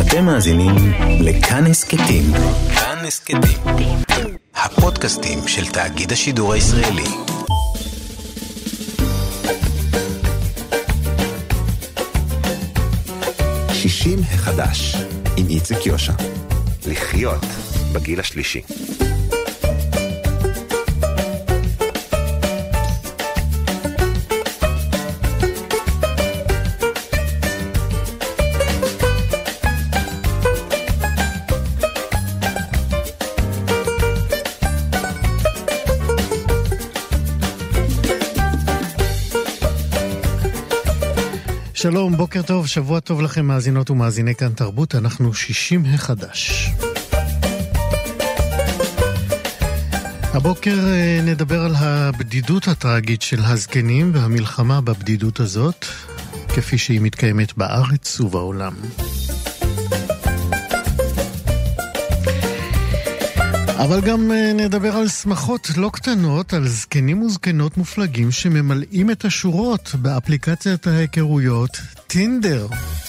אתם מאזינים לכאן הסכתים. כאן הסכתים, הפודקאסטים של תאגיד השידור הישראלי. שישים החדש עם איציק יושע. לחיות בגיל השלישי. שלום, בוקר טוב, שבוע טוב לכם מאזינות ומאזיני כאן תרבות, אנחנו 60 החדש. הבוקר נדבר על הבדידות הטרגית של הזקנים והמלחמה בבדידות הזאת, כפי שהיא מתקיימת בארץ ובעולם. אבל גם נדבר על שמחות לא קטנות, על זקנים וזקנות מופלגים שממלאים את השורות באפליקציית ההיכרויות טינדר.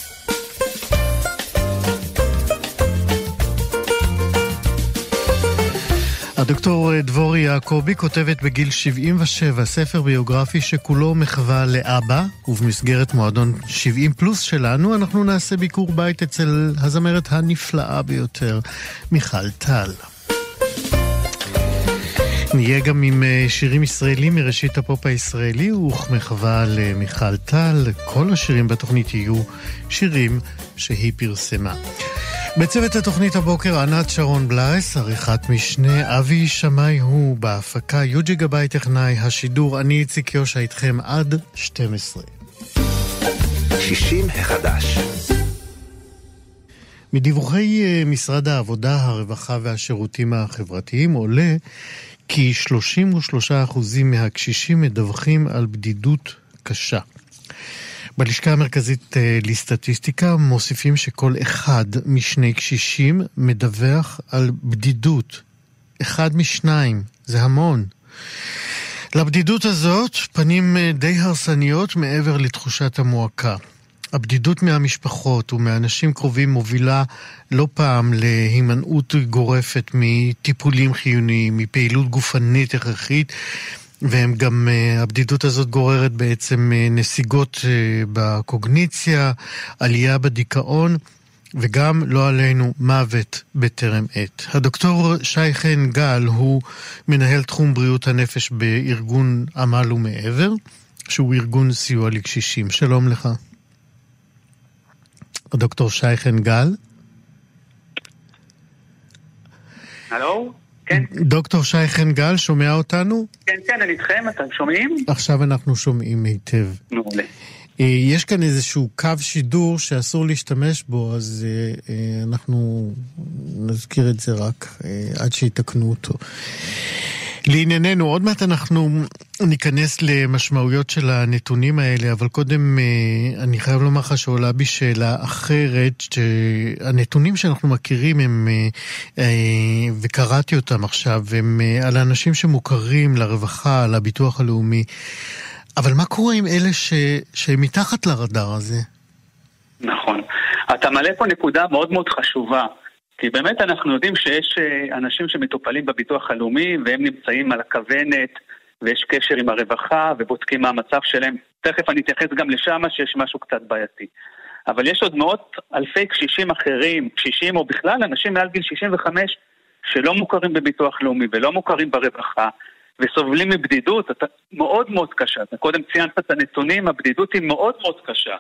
הדוקטור דבורי יעקובי כותבת בגיל 77 ספר ביוגרפי שכולו מחווה לאבא, ובמסגרת מועדון 70 פלוס שלנו אנחנו נעשה ביקור בית אצל הזמרת הנפלאה ביותר, מיכל טל. נהיה גם עם שירים ישראלים מראשית הפופ הישראלי וכמחווה למיכל טל. כל השירים בתוכנית יהיו שירים שהיא פרסמה. בצוות התוכנית הבוקר ענת שרון בלייס, עריכת משנה אבי שמאי הוא בהפקה, יוג'י גבאי טכנאי השידור, אני איציק יושע איתכם עד 12. 60 החדש. מדיווחי משרד העבודה, הרווחה והשירותים החברתיים עולה כי 33% מהקשישים מדווחים על בדידות קשה. בלשכה המרכזית לסטטיסטיקה מוסיפים שכל אחד משני קשישים מדווח על בדידות. אחד משניים, זה המון. לבדידות הזאת פנים די הרסניות מעבר לתחושת המועקה. הבדידות מהמשפחות ומאנשים קרובים מובילה לא פעם להימנעות גורפת מטיפולים חיוניים, מפעילות גופנית הכרחית, והם גם, הבדידות הזאת גוררת בעצם נסיגות בקוגניציה, עלייה בדיכאון, וגם לא עלינו מוות בטרם עת. הדוקטור שי חן גל הוא מנהל תחום בריאות הנפש בארגון עמל ומעבר, שהוא ארגון סיוע לקשישים. שלום לך. דוקטור שי חן גל. הלו? כן. דוקטור שי חן גל, שומע אותנו? כן, כן, אני איתכם, אתם שומעים? עכשיו אנחנו שומעים היטב. מעולה. יש כאן איזשהו קו שידור שאסור להשתמש בו, אז אנחנו נזכיר את זה רק עד שיתקנו אותו. לענייננו, עוד מעט אנחנו ניכנס למשמעויות של הנתונים האלה, אבל קודם אני חייב לומר לך שעולה בי שאלה אחרת, שהנתונים שאנחנו מכירים הם, וקראתי אותם עכשיו, הם על האנשים שמוכרים לרווחה, לביטוח הלאומי, אבל מה קורה עם אלה שהם מתחת לרדאר הזה? נכון. אתה מעלה פה נקודה מאוד מאוד חשובה, כי באמת אנחנו יודעים שיש אנשים שמטופלים בביטוח הלאומי והם נמצאים על הכוונת ויש קשר עם הרווחה ובודקים מה המצב שלהם. תכף אני אתייחס גם לשם שיש משהו קצת בעייתי. אבל יש עוד מאות אלפי קשישים אחרים, קשישים או בכלל אנשים מעל גיל 65 שלא מוכרים בביטוח לאומי ולא מוכרים ברווחה וסובלים מבדידות. אתה מאוד מאוד קשה. אתה קודם ציינת את הנתונים, הבדידות היא מאוד מאוד קשה.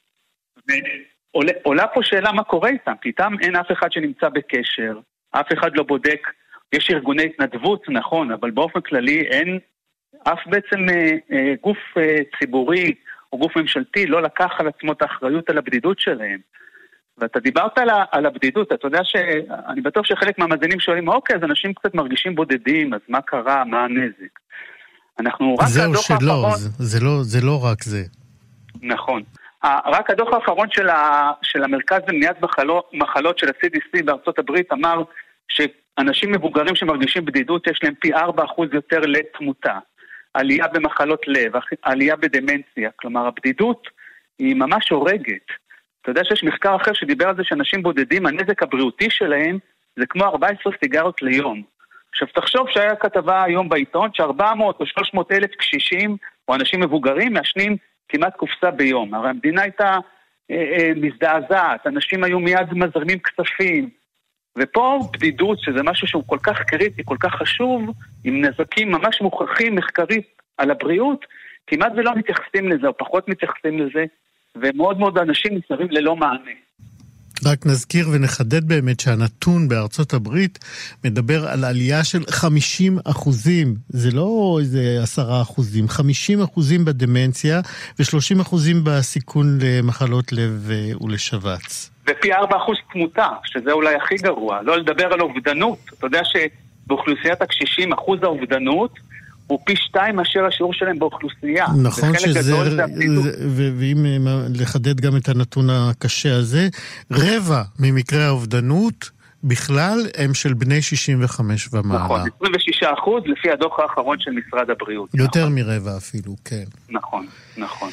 עולה פה שאלה מה קורה איתם, כי איתם אין אף אחד שנמצא בקשר, אף אחד לא בודק, יש ארגוני התנדבות, נכון, אבל באופן כללי אין אף בעצם גוף ציבורי או גוף ממשלתי לא לקח על עצמו את האחריות על הבדידות שלהם. ואתה דיברת על הבדידות, אתה יודע שאני בטוח שחלק מהמאזינים שואלים, אוקיי, אז אנשים קצת מרגישים בודדים, אז מה קרה, מה הנזק? אנחנו רק זהו שלא, זה לא רק זה. נכון. רק הדוח האחרון של המרכז למניעת מחלות של ה-CDC בארצות הברית אמר שאנשים מבוגרים שמרגישים בדידות יש להם פי 4% יותר לתמותה, עלייה במחלות לב, עלייה בדמנציה, כלומר הבדידות היא ממש הורגת. אתה יודע שיש מחקר אחר שדיבר על זה שאנשים בודדים, הנזק הבריאותי שלהם זה כמו 14 סיגרות ליום. עכשיו תחשוב שהיה כתבה היום בעיתון ש400 או 300 אלף קשישים או אנשים מבוגרים מעשנים כמעט קופסה ביום. הרי המדינה הייתה מזדעזעת, אנשים היו מיד מזרימים כספים, ופה בדידות, שזה משהו שהוא כל כך קריטי, כל כך חשוב, עם נזקים ממש מוכחים מחקרית על הבריאות, כמעט ולא מתייחסים לזה, או פחות מתייחסים לזה, ומאוד מאוד אנשים נשארים ללא מענה. רק נזכיר ונחדד באמת שהנתון בארצות הברית מדבר על עלייה של 50%. זה לא איזה 10%, 50% בדמנציה ו30% בסיכון למחלות לב ולשבץ. ופי 4% תמותה, שזה אולי הכי גרוע. לא לדבר על אובדנות. אתה יודע שבאוכלוסיית הקשישים אחוז האובדנות הוא פי 2 מאשר השיעור שלהם באוכלוסייה. נכון שזה, ואם לחדד גם את הנתון הקשה הזה, רבע ממקרי האובדנות בכלל הם של בני 65 ומעלה. נכון, 26% לפי הדוח האחרון של משרד הבריאות. יותר מרבע אפילו, כן. נכון, נכון.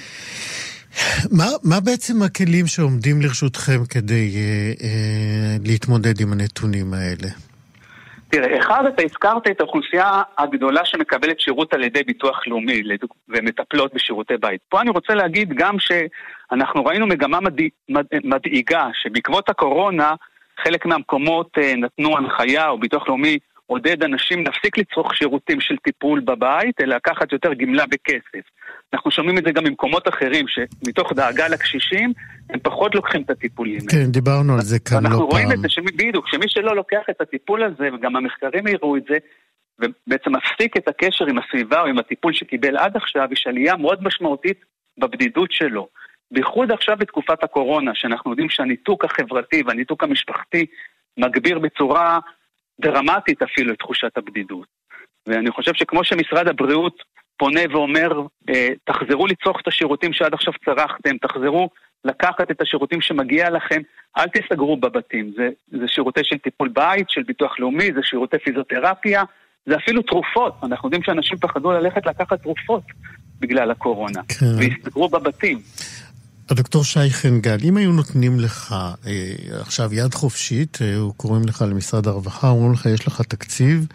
מה בעצם הכלים שעומדים לרשותכם כדי להתמודד עם הנתונים האלה? תראה, אחד, אתה הזכרת את האוכלוסייה הגדולה שמקבלת שירות על ידי ביטוח לאומי ומטפלות בשירותי בית. פה אני רוצה להגיד גם שאנחנו ראינו מגמה מדאיגה, שבעקבות הקורונה חלק מהמקומות נתנו הנחיה, או ביטוח לאומי עודד אנשים להפסיק לצרוך שירותים של טיפול בבית, אלא לקחת יותר גמלה בכסף. אנחנו שומעים את זה גם במקומות אחרים, שמתוך דאגה לקשישים, הם פחות לוקחים את הטיפולים. כן, דיברנו על זה כאן לא פעם. אנחנו רואים את זה בדיוק, שמי שלא לוקח את הטיפול הזה, וגם המחקרים יראו את זה, ובעצם מפסיק את הקשר עם הסביבה או עם הטיפול שקיבל עד עכשיו, יש עלייה מאוד משמעותית בבדידות שלו. בייחוד עכשיו בתקופת הקורונה, שאנחנו יודעים שהניתוק החברתי והניתוק המשפחתי מגביר בצורה דרמטית אפילו את תחושת הבדידות. ואני חושב שכמו שמשרד הבריאות פונה ואומר, תחזרו לצרוך את השירותים שעד עכשיו צרכתם, תחזרו לקחת את השירותים שמגיע לכם, אל תסגרו בבתים. זה שירותי של טיפול בית, של ביטוח לאומי, זה שירותי פיזיותרפיה, זה אפילו תרופות. אנחנו יודעים שאנשים פחדו ללכת לקחת תרופות בגלל הקורונה, כן. והסתגרו בבתים. הדוקטור שי חן גל, אם היו נותנים לך עכשיו יד חופשית, קוראים לך למשרד הרווחה, אומרים לך יש לך תקציב,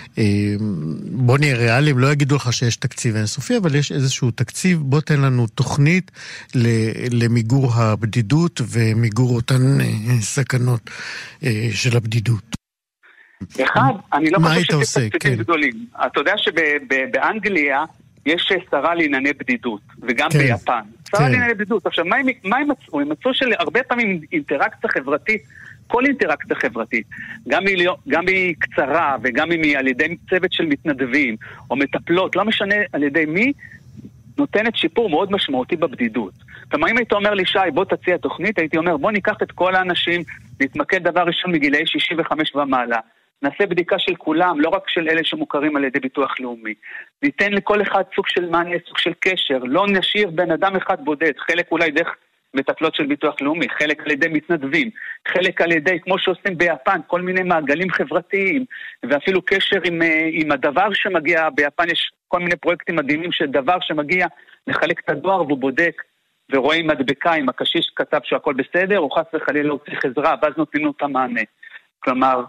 בוא נהיה ריאליים, לא יגידו לך שיש תקציב אינסופי, אבל יש איזשהו תקציב, בוא תן לנו תוכנית למיגור הבדידות ומיגור אותן סכנות של הבדידות. אחד, אני לא חושב שיש תקציבים גדולים. אתה יודע שבאנגליה יש שרה לענייני בדידות, וגם ביפן. שרה לענייני בדידות. עכשיו, מה הם מצאו? הם מצאו שהרבה פעמים אינטראקציה חברתית, כל אינטראקציה חברתית, גם היא קצרה, וגם אם היא על ידי צוות של מתנדבים, או מטפלות, לא משנה על ידי מי, נותנת שיפור מאוד משמעותי בבדידות. כלומר, אם היית אומר לי, שי, בוא תציע תוכנית, הייתי אומר, בוא ניקח את כל האנשים, נתמקד דבר ראשון מגילאי 65 ומעלה, נעשה בדיקה של כולם, לא רק של אלה שמוכרים על ידי ביטוח לאומי. ניתן לכל אחד סוג של מענה, סוג של קשר, לא נשאיר בן אדם אחד בודד, חלק אולי דרך מטפלות של ביטוח לאומי, חלק על ידי מתנדבים, חלק על ידי, כמו שעושים ביפן, כל מיני מעגלים חברתיים, ואפילו קשר עם הדבר שמגיע, ביפן יש כל מיני פרויקטים מדהימים של דבר שמגיע, לחלק את הדואר והוא בודק, ורואים מדבקה עם הקשיש כתב שהכל בסדר, או חס וחלילה הוא צריך עזרה, ואז נותנים לו את המענה. כלומר,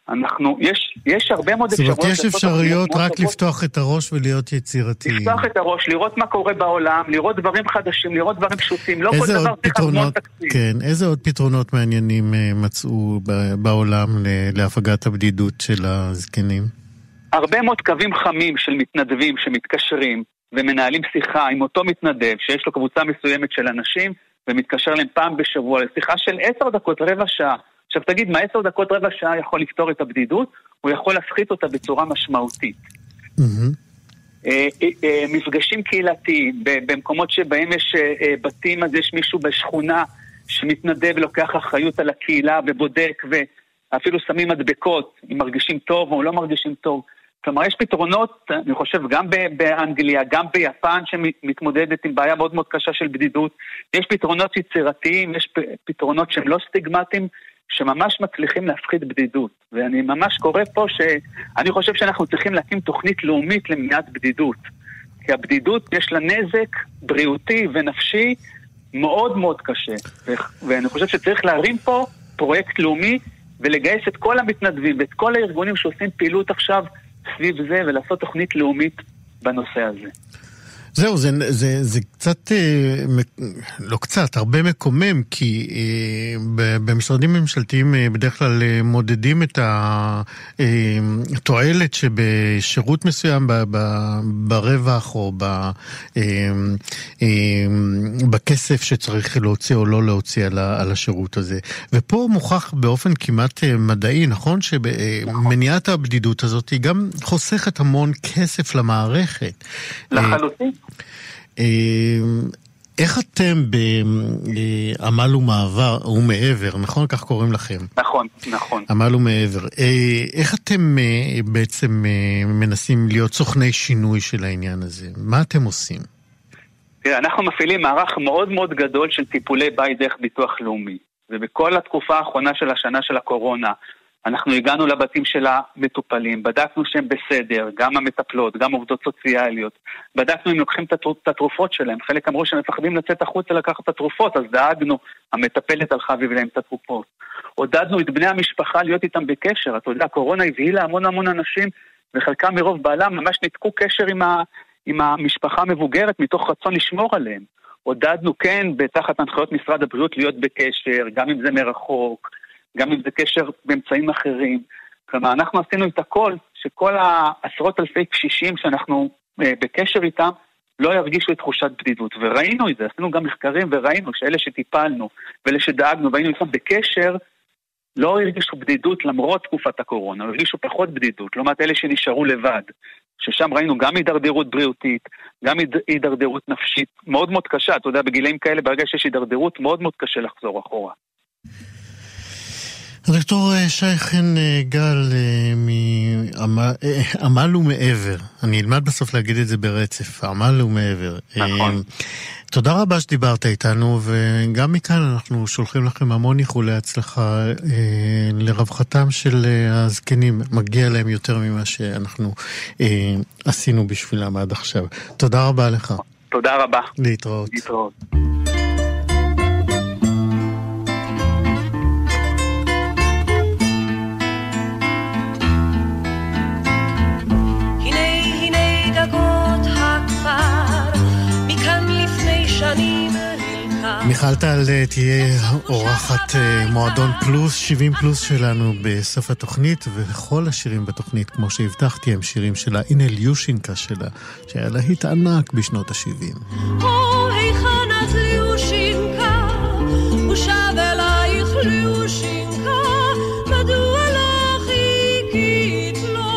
יש הרבה מאוד אפשרויות. זאת אומרת, יש אפשרויות רק לפתוח את הראש ולהיות יצירתיים. לפתוח את הראש, לראות מה קורה בעולם, לראות דברים חדשים, לראות דברים פשוטים, לא כל דבר צריך המון תקציב. כן, איזה עוד פתרונות מעניינים מצאו בעולם להפגת הבדידות של הזקנים? הרבה מאוד קווים חמים של מתנדבים שמתקשרים ומנהלים שיחה עם אותו מתנדב שיש לו קבוצה מסוימת של אנשים ומתקשר להם פעם בשבוע לשיחה של 10 דקות, רבע שעה. עכשיו תגיד, מה 10 דקות, רבע שעה יכול לפתור את הבדידות? הוא יכול להפחית אותה בצורה משמעותית. מפגשים קהילתיים, במקומות שבהם יש בתים, אז יש מישהו בשכונה שמתנדב ולוקח אחריות על הקהילה ובודק, ואפילו שמים מדבקות, אם מרגישים טוב או לא מרגישים טוב. כלומר, יש פתרונות, אני חושב, גם באנגליה, גם ביפן, שמתמודדת עם בעיה מאוד מאוד קשה של בדידות. יש פתרונות יצירתיים, יש פתרונות שהם לא סטיגמטיים, שממש מצליחים להפחית בדידות. ואני ממש קורא פה שאני חושב שאנחנו צריכים להקים תוכנית לאומית למניעת בדידות. כי הבדידות יש לה נזק בריאותי ונפשי מאוד מאוד קשה. ואני חושב שצריך להרים פה פרויקט לאומי, ולגייס את כל המתנדבים ואת כל הארגונים שעושים פעילות עכשיו סביב זה, ולעשות תוכנית לאומית בנושא הזה. זהו, זה קצת, לא קצת, הרבה מקומם, כי במשרדים ממשלתיים בדרך כלל מודדים את התועלת שבשירות מסוים ברווח או בכסף שצריך להוציא או לא להוציא על השירות הזה. ופה מוכח באופן כמעט מדעי, נכון? שמניעת הבדידות הזאת היא גם חוסכת המון כסף למערכת. לחלוטין. איך אתם בעמל ומעבר, נכון? כך קוראים לכם. נכון. עמל ומעבר. איך אתם בעצם מנסים להיות סוכני שינוי של העניין הזה? מה אתם עושים? אנחנו מפעילים מערך מאוד מאוד גדול של טיפולי בית דרך ביטוח לאומי. ובכל התקופה האחרונה של השנה של הקורונה, אנחנו הגענו לבתים של המטופלים, בדקנו שהם בסדר, גם המטפלות, גם עובדות סוציאליות, בדקנו אם לוקחים את התרופות שלהם, חלק אמרו שהם מפחדים לצאת החוצה לקחת את התרופות, אז דאגנו, המטפלת הלכה והביאה את התרופות. עודדנו את בני המשפחה להיות איתם בקשר, אתה יודע, הקורונה הבהילה המון אנשים, וחלקם מרוב בעלם ממש ניתקו קשר עם המשפחה המבוגרת, מתוך רצון לשמור עליהם. עודדנו כן, בתחת הנחיות משרד הבריאות, להיות בקשר, גם אם זה מרחוק, גם אם זה קשר באמצעים אחרים. כלומר, אנחנו עשינו את הכל, שכל העשרות אלפי קשישים שאנחנו בקשר איתם, לא ירגישו את תחושת בדידות. וראינו את זה, עשינו גם מחקרים וראינו שאלה שטיפלנו, ואלה שדאגנו, והיינו איתם בקשר, לא הרגישו בדידות למרות תקופת הקורונה, הרגישו פחות בדידות, לעומת אלה שנשארו לבד. ששם ראינו גם הידרדרות בריאותית, גם הידרדרות נפשית, מאוד מאוד קשה. אתה יודע, בגילאים כאלה, ברגע שיש הידרדרות, מאוד מאוד קשה לחזור אחורה. דוקטור שי חן גל מעמל ומעבר, אני אלמד בסוף להגיד את זה ברצף, עמל ומעבר. נכון. תודה רבה שדיברת איתנו, וגם מכאן אנחנו שולחים לכם המון איחולי הצלחה לרווחתם של הזקנים, מגיע להם יותר ממה שאנחנו עשינו בשבילם עד עכשיו. תודה רבה לך. תודה רבה. להתראות. מיכל טל תהיה אורחת מועדון פלוס, 70 פלוס שלנו בסוף התוכנית, וכל השירים בתוכנית, כמו שהבטחתי, הם שירים שלה, הנה ליושינקה שלה, שהיה להיט ענק בשנות ה-70. היכן את ליושינקה, הוא שב אלייך ליושינקה, מדוע לא חיכית לו?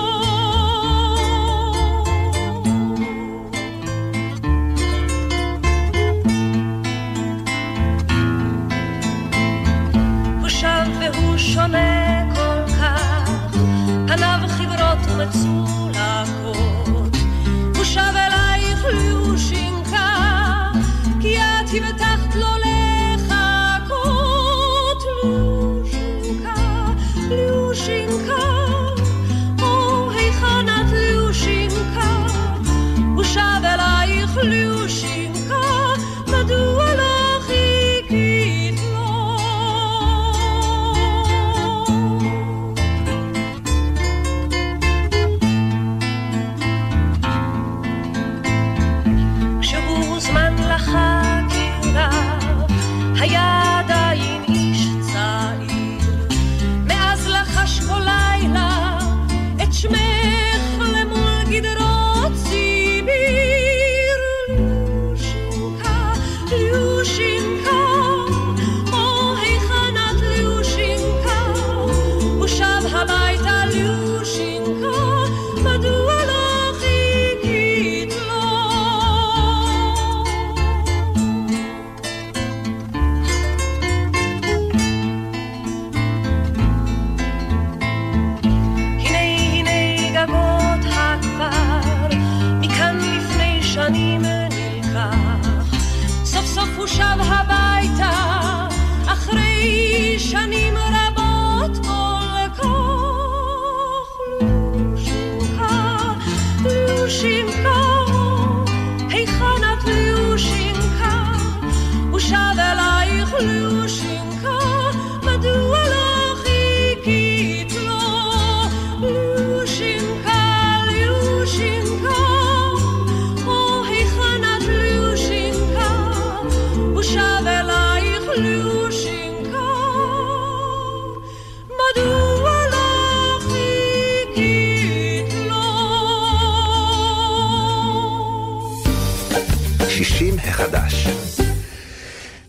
והוא שונה כל כך, פניו חברות ומצולקות, הוא שב אלייך ליושינקה, כי את הבטחת לו לחכות. ליושינקה, או היכן את ליושינקה, הוא שב אלייך ליושינקה, מדוע לא חיכית לו?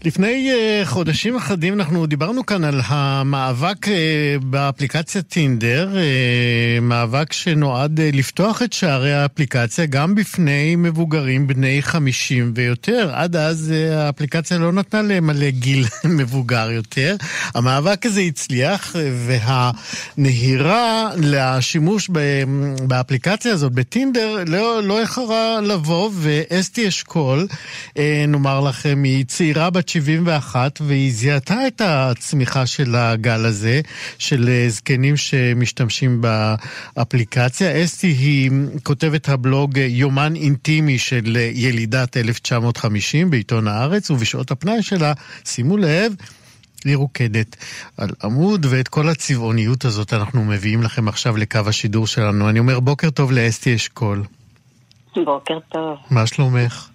לפני חודשים אחדים אנחנו דיברנו כאן על המאבק באפליקציה טינדר, מאבק שנועד לפתוח את שערי האפליקציה גם בפני מבוגרים בני 50 ויותר. עד אז האפליקציה לא נתנה להם על גיל מבוגר יותר. המאבק הזה הצליח, והנהירה לשימוש באפליקציה הזאת בטינדר לא איחרה לבוא, ואסתי אשכול, נאמר לכם, היא צעירה בת 71, והיא זיהתה את הצמיחה של הגל הזה, של זקנים שמשתמשים באפליקציה. אסתי היא כותבת הבלוג יומן אינטימי של ילידת 1950 בעיתון הארץ, ובשעות הפנאי שלה, שימו לב, היא רוקדת על עמוד, ואת כל הצבעוניות הזאת אנחנו מביאים לכם עכשיו לקו השידור שלנו. אני אומר בוקר טוב לאסתי אשכול. בוקר טוב. מה שלומך?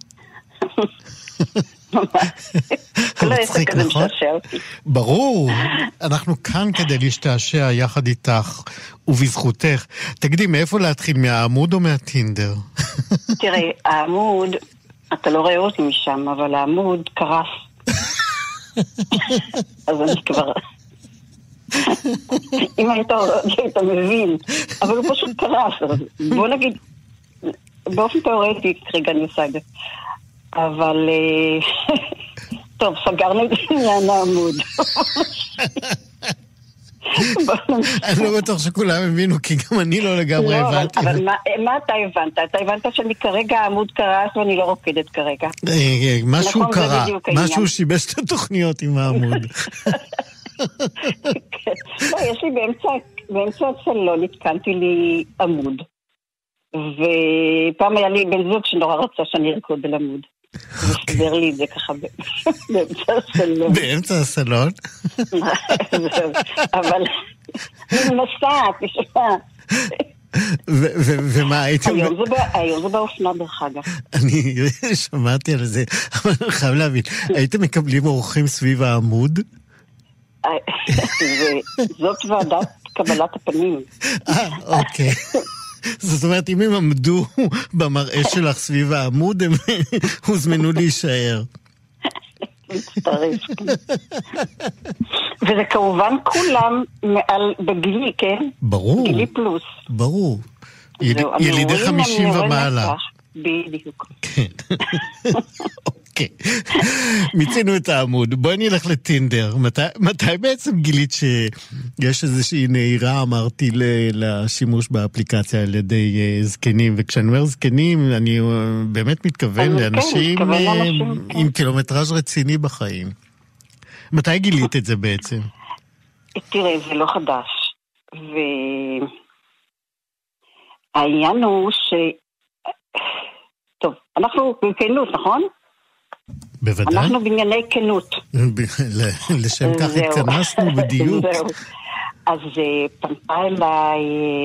מצחיק, נכון? ברור, אנחנו כאן כדי להשתעשע יחד איתך ובזכותך. תגידי, מאיפה להתחיל, מהעמוד או מהטינדר? תראי, העמוד, אתה לא רואה אותי משם, אבל העמוד קרס. אז אני כבר... אם היית מבין, אבל הוא פשוט קרס. בוא נגיד, באופן תיאורטי, כרגע אני עושה את זה. אבל... טוב, סגרנו את עניין העמוד. אני לא בטוח שכולם הבינו, כי גם אני לא לגמרי הבנתי. אבל מה אתה הבנת? אתה הבנת שאני כרגע העמוד קרס ואני לא רוקדת כרגע. משהו קרה, משהו שיבש את התוכניות עם העמוד. לא, יש לי באמצע הסלון, התקנתי לי עמוד. ופעם היה לי בן זוג שנורא רצה שאני ארקוד על עמוד. וסדר לי את זה ככה באמצע הסלון. באמצע הסלון? אבל אני מסעת, תשמע. ומה הייתם... היום זה באופנה דרך אגב. אני שמעתי על זה, אבל אני חייב להבין, הייתם מקבלים אורחים סביב העמוד? זאת ועדת קבלת הפנים. אוקיי. זאת אומרת, אם הם עמדו במראה שלך סביב העמוד, הם הוזמנו להישאר. מצטרף. וזה כמובן כולם בגילי, כן? ברור. גילי פלוס. ברור. ילידי 50 ומעלה. בדיוק. כן. אוקיי. מיצינו את העמוד. בואי נלך לטינדר. מתי בעצם גילית שיש איזושהי נהירה, אמרתי, לשימוש באפליקציה על ידי זקנים? וכשאני אומר זקנים, אני באמת מתכוון לאנשים עם קילומטראז' רציני בחיים. מתי גילית את זה בעצם? תראה, זה לא חדש. והעניין הוא טוב, אנחנו בכנות, נכון? בוודאי. אנחנו בענייני כנות. לשם כך התכנסנו בדיוק. אז פנתה אליי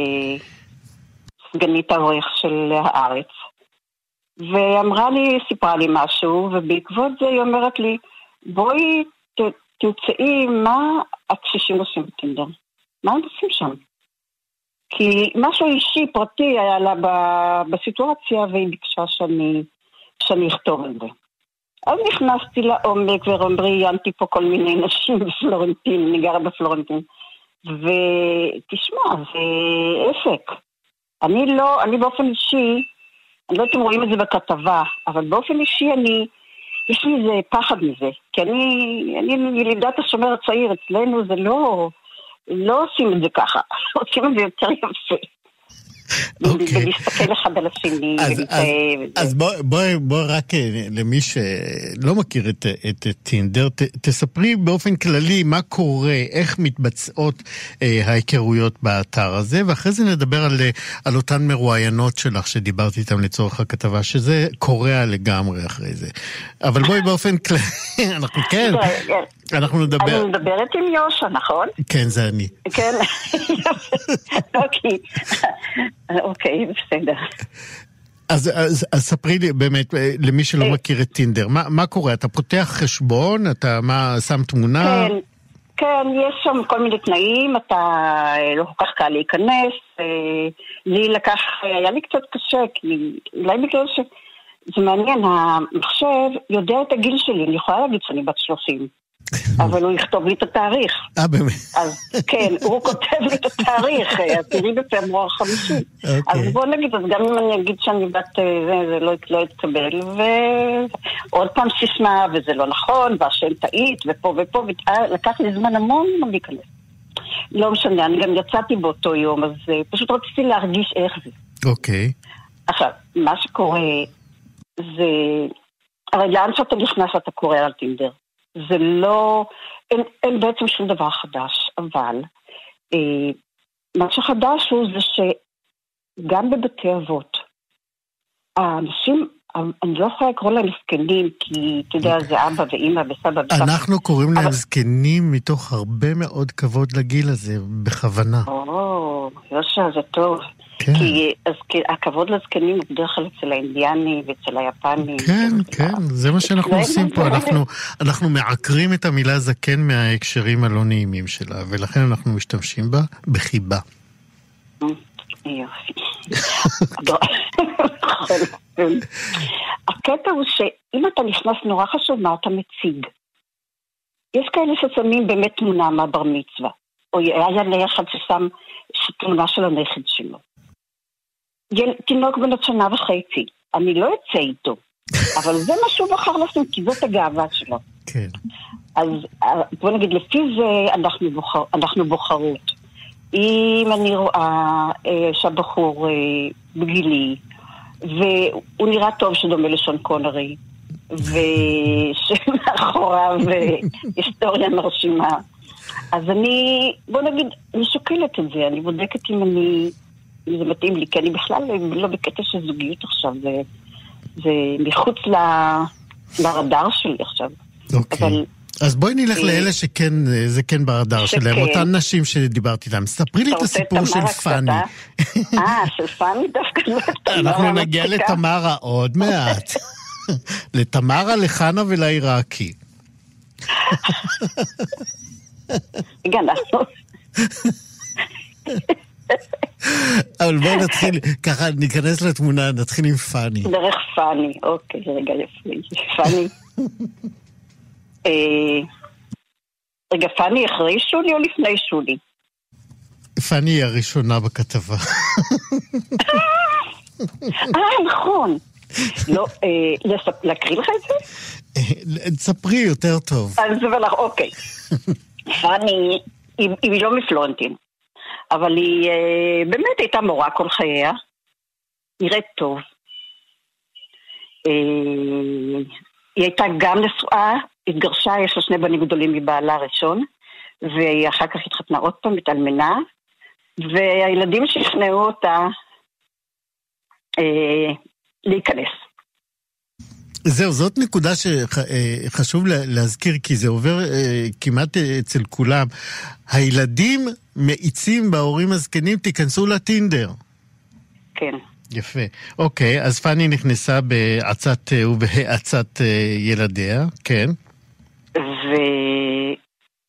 סגנית העורך של הארץ, ואמרה לי, סיפרה לי משהו, ובעקבות זה היא אומרת לי, בואי תמצאי מה הקשישים עושים בטינדר. מה הם עושים שם? כי משהו אישי, פרטי, היה לה בסיטואציה, והיא ביקשה שאני אכתוב את זה. אז נכנסתי לעומק וראיינתי פה כל מיני נשים בפלורנטין, אני גרה בפלורנטין. ותשמע, זה עסק. אני באופן אישי, אני לא יודעת אם רואים את זה בכתבה, אבל באופן אישי יש לי איזה פחד מזה. כי אני ילידת השומר הצעיר, אצלנו זה לא עושים את זה ככה, עושים את זה יותר יפה. ולהסתכל אחד על השני. אז בואי רק למי שלא מכיר את טינדר, תספרי באופן כללי מה קורה, איך מתבצעות ההיכרויות באתר הזה, ואחרי זה נדבר על אותן מרואיינות שלך שדיברתי איתן לצורך הכתבה, שזה קורה לגמרי אחרי זה. אבל בואי באופן כללי, אנחנו נדבר... אני מדברת עם יושע, נכון? כן, זה אני. כן, אוקיי, בסדר. אז ספרי לי באמת, למי שלא מכיר את טינדר, מה קורה? אתה פותח חשבון? אתה שם תמונה? כן, יש שם כל מיני תנאים, אתה לא כל כך קל להיכנס, היה לי קצת קשה, כי אולי בגלל זה מעניין, המחשב יודע את הגיל שלי, אני יכולה להגיד שאני בת 30, אבל הוא יכתוב לי את התאריך. באמת? אז כן, הוא כותב לי את התאריך, תראי בפברואר 50. אז בוא נגיד, אז גם אם אני אגיד שאני בת זה לא יתקבל, ועוד פעם סיסמה, וזה לא נכון, והשם טעית, ופה ופה, לקח לי זמן המון להיכנס. לא משנה, אני גם יצאתי באותו יום, אז פשוט רציתי להרגיש איך זה. אוקיי. עכשיו, מה שקורה זה, הרי לאן שאתה נכנס אתה קורא על טינדר. זה לא, אין בעצם שום דבר חדש, אבל מה שחדש הוא זה שגם בבתי אבות, האנשים, אני לא יכולה לקרוא להם זקנים, כי אתה יודע, זה אבא ואמא וסבא וסבא. אנחנו קוראים להם זקנים מתוך הרבה מאוד כבוד לגיל הזה, בכוונה. יושה, זה טוב. כי הכבוד לזקנים הוא בדרך כלל אצל האינדיאני ואצל היפני. כן, כן, זה מה שאנחנו עושים פה. אנחנו מעקרים את המילה זקן מההקשרים הלא נעימים שלה, ולכן אנחנו משתמשים בה בחיבה. יופי. הקטע הוא שאם אתה נכנס נורא חשוב מה אתה מציג. יש כאלה ששמים באמת תמונה מהבר מצווה, או היה ליחד ששם תמונה של הנכד שלו. תינוק בן 1.5 שנה, אני לא אצא איתו, אבל זה מה שהוא בחר לשים, כי זאת הגאווה שלו. כן. אז בוא נגיד, לפי זה אנחנו בוחרות. אם אני רואה שהבחור בגילי, והוא נראה טוב שדומה לשון קונרי, ושמאחוריו היסטוריה מרשימה, אז בוא נגיד, אני שוקלת את זה, אני בודקת אם זה מתאים לי, כי אני בכלל לא בקטע של זוגיות עכשיו, זה מחוץ לרדאר שלי עכשיו. אוקיי. אז בואי נלך לאלה שכן, זה כן ברדאר שלהם, אותן נשים שדיברתי איתם. ספרי לי את הסיפור של פני. של פני דווקא לא את אנחנו נגיע לתמרה עוד מעט. לתמרה, לחנה ולעיראקי. רגע, אנחנו... אבל בואי נתחיל, ככה ניכנס לתמונה, נתחיל עם פני. דרך פני, אוקיי, רגע, יפה. פני. רגע, פני אחרי שולי או לפני שולי? פני היא הראשונה בכתבה. נכון. לא, להקריא לך את זה? תספרי יותר טוב. אז זה ולך, אוקיי. פני, היא לא מפלונטין, אבל היא באמת הייתה מורה כל חייה. נראית טוב. היא הייתה גם נשואה, התגרשה, יש לה 2 בנים גדולים מבעלה הראשון, ואחר כך התחתנה עוד פעם, התאלמנה, והילדים שכנעו אותה להיכנס. זהו, זאת נקודה שחשוב להזכיר, כי זה עובר כמעט אצל כולם. הילדים מאיצים בהורים הזקנים, תיכנסו לטינדר. כן. יפה. אוקיי, אז פני נכנסה בהעצת ובהעצת ילדיה, כן. והיא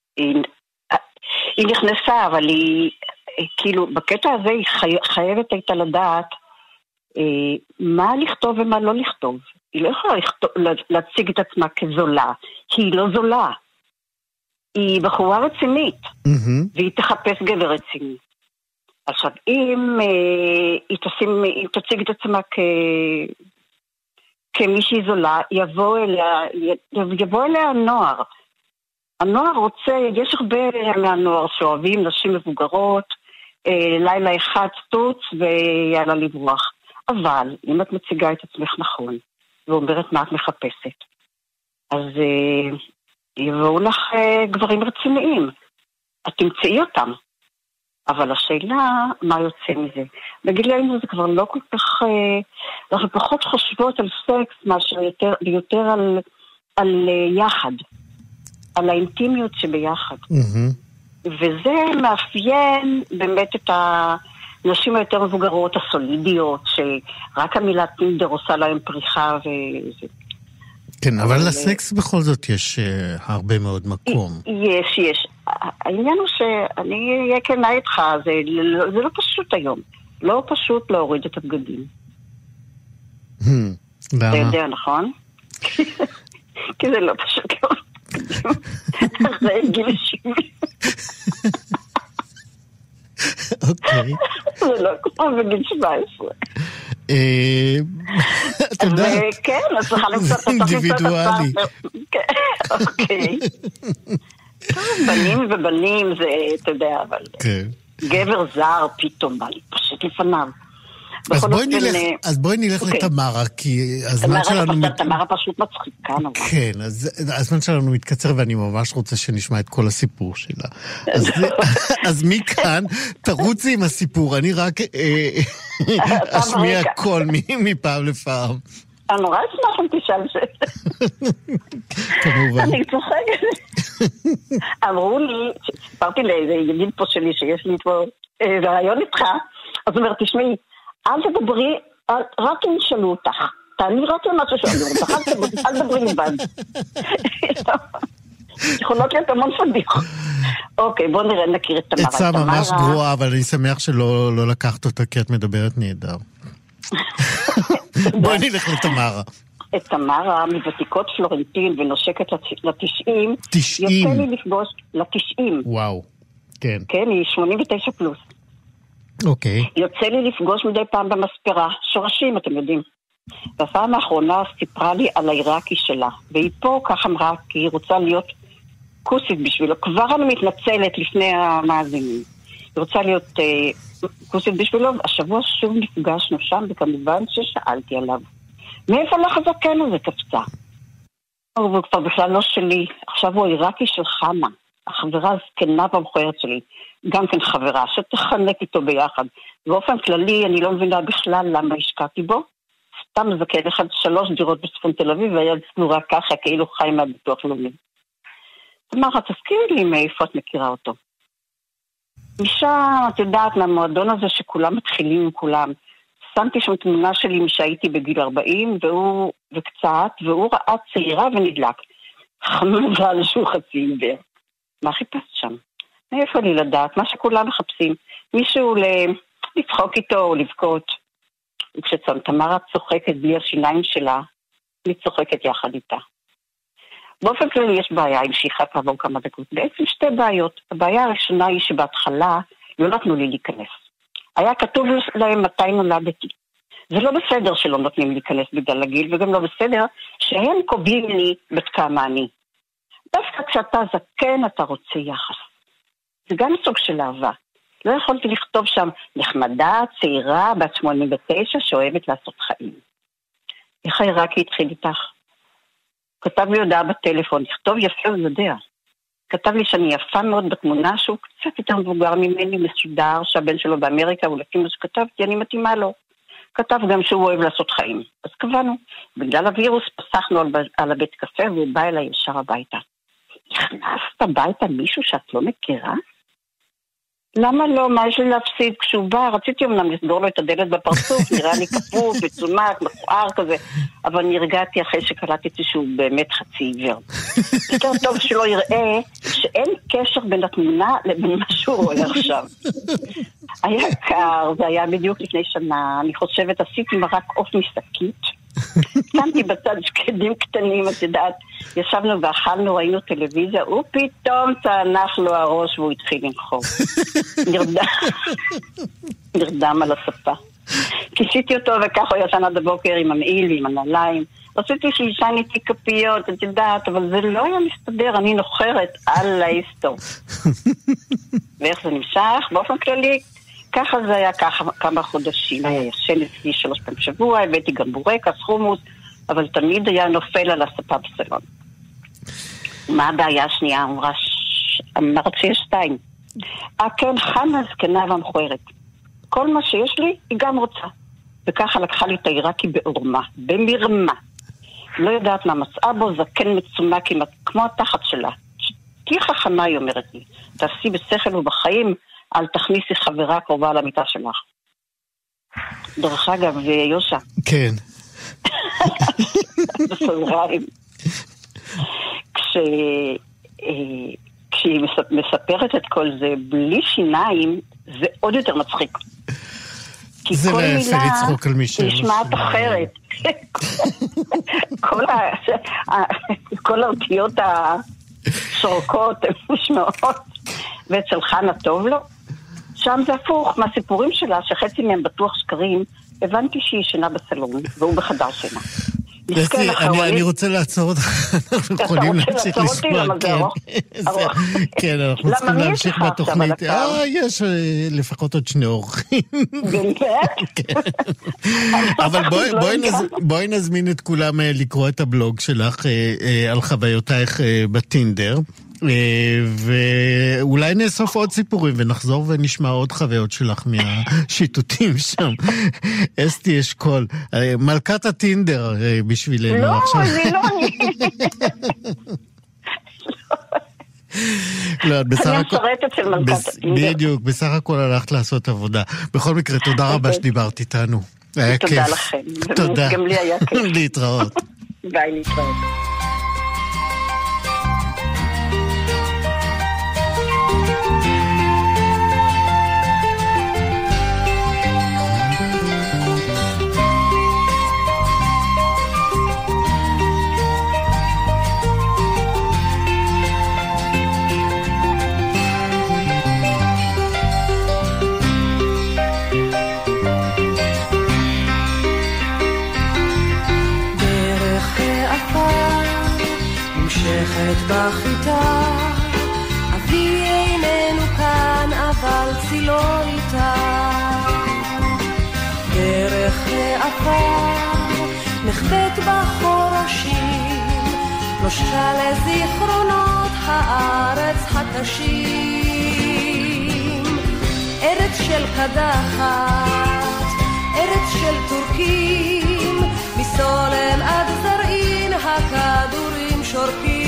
נכנסה, אבל היא, כאילו, בקטע הזה היא חייבת הייתה לדעת מה לכתוב ומה לא לכתוב. היא לא יכולה להציג את עצמה כזולה, כי היא לא זולה. היא בחורה רצינית, והיא תחפש גבר רציני. עכשיו, אם היא תציג את עצמה כמישהי זולה, יבוא אליה הנוער. הנוער רוצה, יש הרבה מהנוער שאוהבים נשים מבוגרות, לילה אחד סטוץ ויאללה לברוח. אבל אם את מציגה את עצמך נכון, ואומרת מה את מחפשת, אז יבואו לך גברים רציניים. את תמצאי אותם. אבל השאלה, מה יוצא מזה? בגילנו זה כבר לא כל כך... אנחנו פחות חושבות על סקס, מאשר יותר על יחד. על האינטימיות שביחד. וזה מאפיין באמת את הנשים היותר מבוגרות, הסולידיות, שרק המילה טינדר עושה להם פריחה וזה. כן, אבל לסקס בכל זאת יש הרבה מאוד מקום. יש. העניין הוא שאני אהיה כנה איתך, זה לא פשוט היום. לא פשוט להוריד את הבגדים. למה? אתה יודע, נכון? כי זה לא פשוט לא. אחרי גיל 70. אוקיי. זה לא כמו בגיל 17. אתה יודע. כן, אז צריכה למצוא את אינדיבידואלי. אוקיי. בנים ובנים זה, אתה יודע, אבל גבר זר פתאום בא לי פשוט לפניו. אז בואי נלך לתמרה, כי הזמן שלנו... תמרה פשוט מצחיקה נורא. כן, אז הזמן שלנו מתקצר, ואני ממש רוצה שנשמע את כל הסיפור שלה. אז מכאן, תרוצי עם הסיפור, אני רק אשמיע קול מפעם לפעם. אני נורא אשמח אם תשאל כמובן. אני צוחקת. אמרו לי, סיפרתי לאיזה ידיד פה שלי, שיש לי פה רעיון איתך, אז הוא אומר, תשמעי, אל תדברי, רק אם ישאלו אותך. תעני רק למה ששאלו אותך, אל תדברי לבד. יכולות להיות המון פדיחות. אוקיי, בואו נראה, נכיר את תמרה. עצה ממש גרועה, אבל אני שמח שלא לקחת אותה, כי את מדברת נהדר. בואי נלך לתמרה. את תמרה מוותיקות פלורנטין ונושקת ל-90. 90? יוצא לי לפגוש ל-90. וואו, כן. כן, היא 89 פלוס. אוקיי. יוצא לי לפגוש מדי פעם במספרה, שורשים, אתם יודעים. בפעם האחרונה סיפרה לי על העיראקי שלה, והיא פה כך אמרה, כי היא רוצה להיות כוסית בשבילו. כבר אני מתנצלת לפני המאזינים. היא רוצה להיות כוסית בשבילו, השבוע שוב נפגשנו שם, וכמובן ששאלתי עליו. מאיפה לך הזקן הזה קפצה? הוא כבר בכלל לא שלי, עכשיו הוא העיראקי של חמה, החברה הזקנה והמכוערת שלי. גם כן חברה, שתחנק איתו ביחד. באופן כללי, אני לא מבינה בכלל למה השקעתי בו. סתם זקן אחד 3 דירות בצפון תל אביב, והיד סנורה ככה, כאילו חי מהביטוח לאומי. תמרה, תזכירי לי מאיפה את מכירה אותו. משם, את יודעת, מהמועדון הזה שכולם מתחילים עם כולם. שמתי שם תמונה שלי משהייתי בגיל 40, וקצת, והוא ראה צעירה ונדלק. חמזל שהוא חצי עיוור. מה חיפשת שם? מאיפה לי לדעת? מה שכולם מחפשים. מישהו לצחוק איתו או לבכות. וכשתמרה צוחקת בלי השיניים שלה, אני צוחקת יחד איתה. באופן כללי יש בעיה עם שהיא כעבור כמה דקות. בעצם 2 בעיות. הבעיה הראשונה היא שבהתחלה לא נתנו לי להיכנס. היה כתוב להם מתי נולדתי. זה לא בסדר שלא נותנים להיכנס בגלל הגיל, וגם לא בסדר שהם קובעים לי בת כמה אני. דווקא כשאתה זקן אתה רוצה יחס. זה גם סוג של אהבה. לא יכולתי לכתוב שם נחמדה, צעירה, בת 89, שאוהבת לעשות חיים. איך העיראקי התחיל איתך? כתב לי הודעה בטלפון, לכתוב יפה הוא יודע. כתב לי שאני יפה מאוד בתמונה, שהוא קצת יותר מבוגר ממני, מסודר, שהבן שלו באמריקה, ולפי מה שכתבתי, אני מתאימה לו. כתב גם שהוא אוהב לעשות חיים. אז קבענו. בגלל הווירוס פסחנו על הבית קפה, והוא בא אליי ישר הביתה. הכנסת הביתה מישהו שאת לא מכירה? למה לא? מה יש לי להפסיד? כשהוא בא, רציתי אמנם לסגור לו את הדלת בפרצוף, נראה לי כפוף, מצומק, מכוער כזה, אבל נרגעתי אחרי שקלטתי שהוא באמת חצי עיוור. יותר טוב שלא יראה שאין קשר בין התמונה לבין מה שהוא רואה עכשיו. היה קר, זה היה בדיוק לפני שנה, אני חושבת, עשיתי מרק עוף משקית, שמתי בצד שקדים קטנים, את יודעת, ישבנו ואכלנו, ראינו טלוויזיה, ופתאום צנח לו הראש והוא התחיל לנחור. נרדם על הספה. כיסיתי אותו וככה הוא ישן עד הבוקר עם המעיל, עם הנעליים. רציתי שישן איתי כפיות, את יודעת, אבל זה לא היה מסתדר, אני נוחרת על ההיסטור. ואיך זה נמשך? באופן כללי, ככה זה היה כמה חודשים. היה ישן אצלי 3 פעמים בשבוע, הבאתי גם בורקס, חומוס, אבל תמיד היה נופל על הספה בסלון. מה הבעיה השנייה? אמרת שיש 2. כן, חנה זקנה והמכוערת. כל מה שיש לי, היא גם רוצה. וככה לקחה לי את העיראקי בעורמה, במרמה. לא יודעת מה מצאה בו, זקן מצומק כמו התחת שלה. תהיה חכמה, היא אומרת לי. תעשי בשכל ובחיים, אל תכניסי חברה קרובה על המיטה שלך. דרך אגב, יושע. כן. בסוגריים. כשהיא מספרת את כל זה בלי שיניים, זה עוד יותר מצחיק. כי זה כל לא יפה מילה לצחוק על מישהו. נשמעת אחרת. כל האותיות השורקות הן נשמעות, ואצל חנה טוב לו. שם זה הפוך, מהסיפורים שלה, שחצי מהם בטוח שקרים, הבנתי שהיא ישנה בסלון, והוא בחדר שינה. אני רוצה לעצור אותך, אנחנו יכולים להמשיך לשמוע, כן, אנחנו צריכים להמשיך בתוכנית, יש לפחות עוד 2 אורחים, אבל בואי נזמין את כולם לקרוא את הבלוג שלך על חוויותייך בטינדר, ואולי נאסוף עוד סיפורים ונחזור ונשמע עוד חוויות שלך מהשיטוטים שם. אסתי אשכול, מלכת הטינדר בשבילנו. לא, עכשיו. זה לא אני. לא, אני משרתת של מלכת הטינדר. בדיוק, בסך הכל הלכת לעשות עבודה. בכל מקרה, תודה רבה שדיברת איתנו. היה כיף. תודה לכם. תודה. גם לי היה כיף. להתראות. ביי, להתראות. בחיטה אבי איננו כאן אבל צילו איתה דרך העפר נחבט בחורשים נושקה לזיכרונות הארץ הקשים ארץ של קדחת ארץ של טורקים מסולם עד זרעין הכדורים שורקים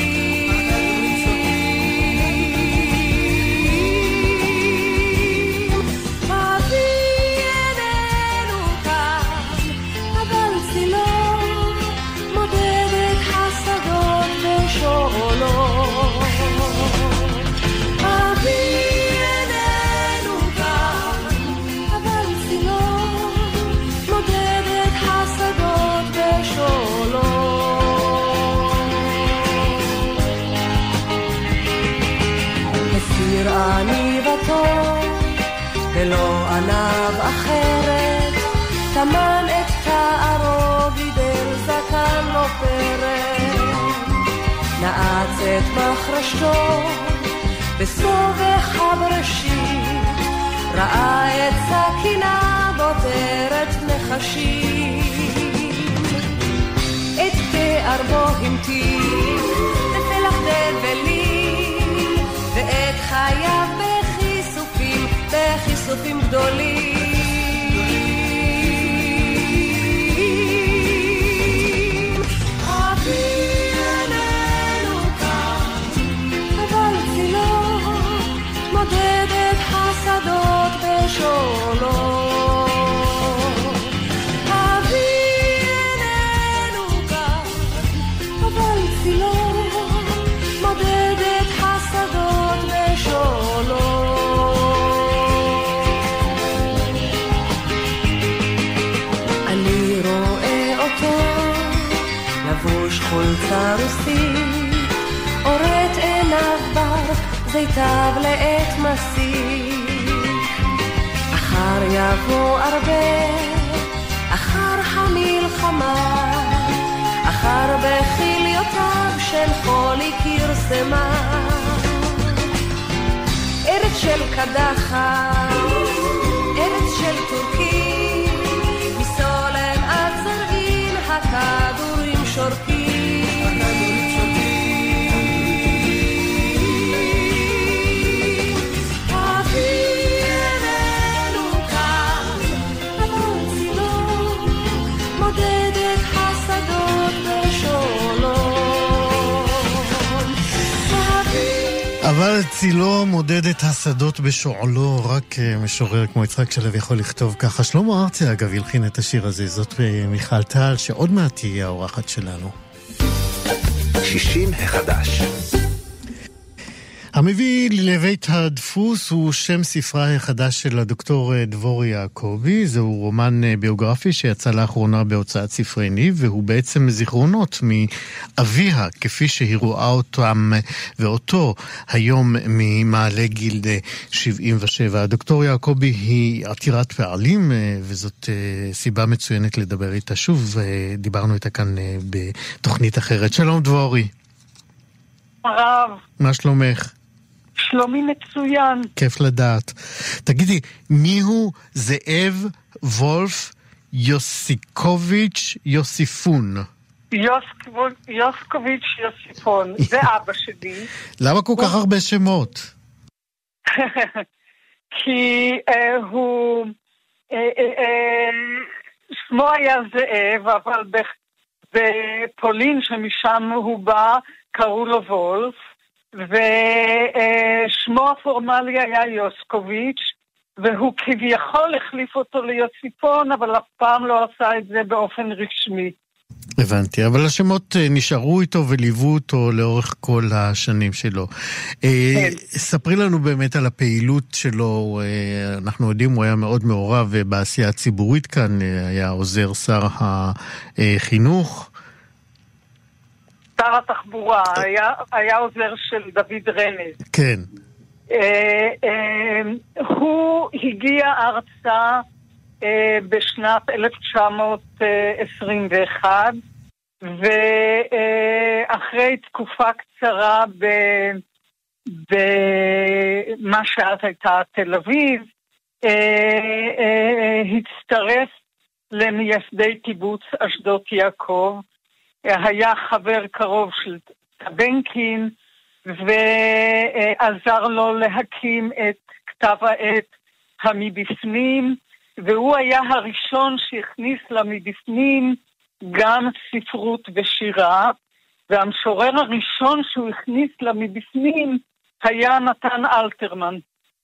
אני וטוב ולא ענב אחרת תמן את תערו וידל זקן לא פרד נעץ את מחרשתו בסובך הבראשית ראה את סכינה בוטרת נחשים את תערבו המתיר לפלח דבלים ואת חייו בחיסופים גדולים אבי איננו כאן אבל צילו מודד את השדות בשולו אבי איננו כאן אבל צילו מודד את השדות בשולו חולצה רוסית אורת עיניו בר זיתיו לעת מסיק אחר יבוא הרבה אחר המלחמה אחר בחיליותיו של חולי כרסמה ארץ של קדחת ארץ של טורקים מסולם עד זרעין הכדורים שורקים אבל צילו מודד את השדות בשועלו, רק משורר כמו יצחק שלו יכול לכתוב ככה. שלמה ארצי אגב ילחין את השיר הזה, זאת מיכל טל שעוד מעט תהיה האורחת שלנו. 60 החדש. המביא לבית הדפוס הוא שם ספרה החדש של הדוקטור דבורי יעקבי. זהו רומן ביוגרפי שיצא לאחרונה בהוצאת ספרי ניב, והוא בעצם זיכרונות מאביה, כפי שהיא רואה אותם ואותו היום ממעלה גיל 77. הדוקטור יעקבי היא עתירת פעלים, וזאת סיבה מצוינת לדבר איתה שוב. דיברנו איתה כאן בתוכנית אחרת. שלום דבורי. הרב. מה שלומך? שלומי מצוין. כיף לדעת. תגידי, מיהו זאב וולף יוסיקוביץ' יוסיפון? יוסקוביץ' יוסיפון. זה אבא שלי. למה כל כך הרבה שמות? כי הוא... שמו היה זאב, אבל בפולין שמשם הוא בא, קראו לו וולף, ושמו הפורמלי היה יוסקוביץ', והוא כביכול החליף אותו ליוסיפון, אבל אף פעם לא עשה את זה באופן רשמי. הבנתי, אבל השמות נשארו איתו וליוו אותו לאורך כל השנים שלו. ספרי לנו באמת על הפעילות שלו. אנחנו יודעים, הוא היה מאוד מעורב בעשייה הציבורית כאן, היה עוזר שר החינוך. שר התחבורה, היה עוזר של דוד רנז. כן. הוא הגיע ארצה בשנת 1921, ואחרי תקופה קצרה במה שאז הייתה תל אביב, הצטרף למייסדי קיבוץ אשדות יעקב, היה חבר קרוב של טבנקין, ועזר לו להקים את כתב העת המבפנים, והוא היה הראשון שהכניס למבפנים גם ספרות ושירה, והמשורר הראשון שהוא הכניס למבפנים היה נתן אלתרמן.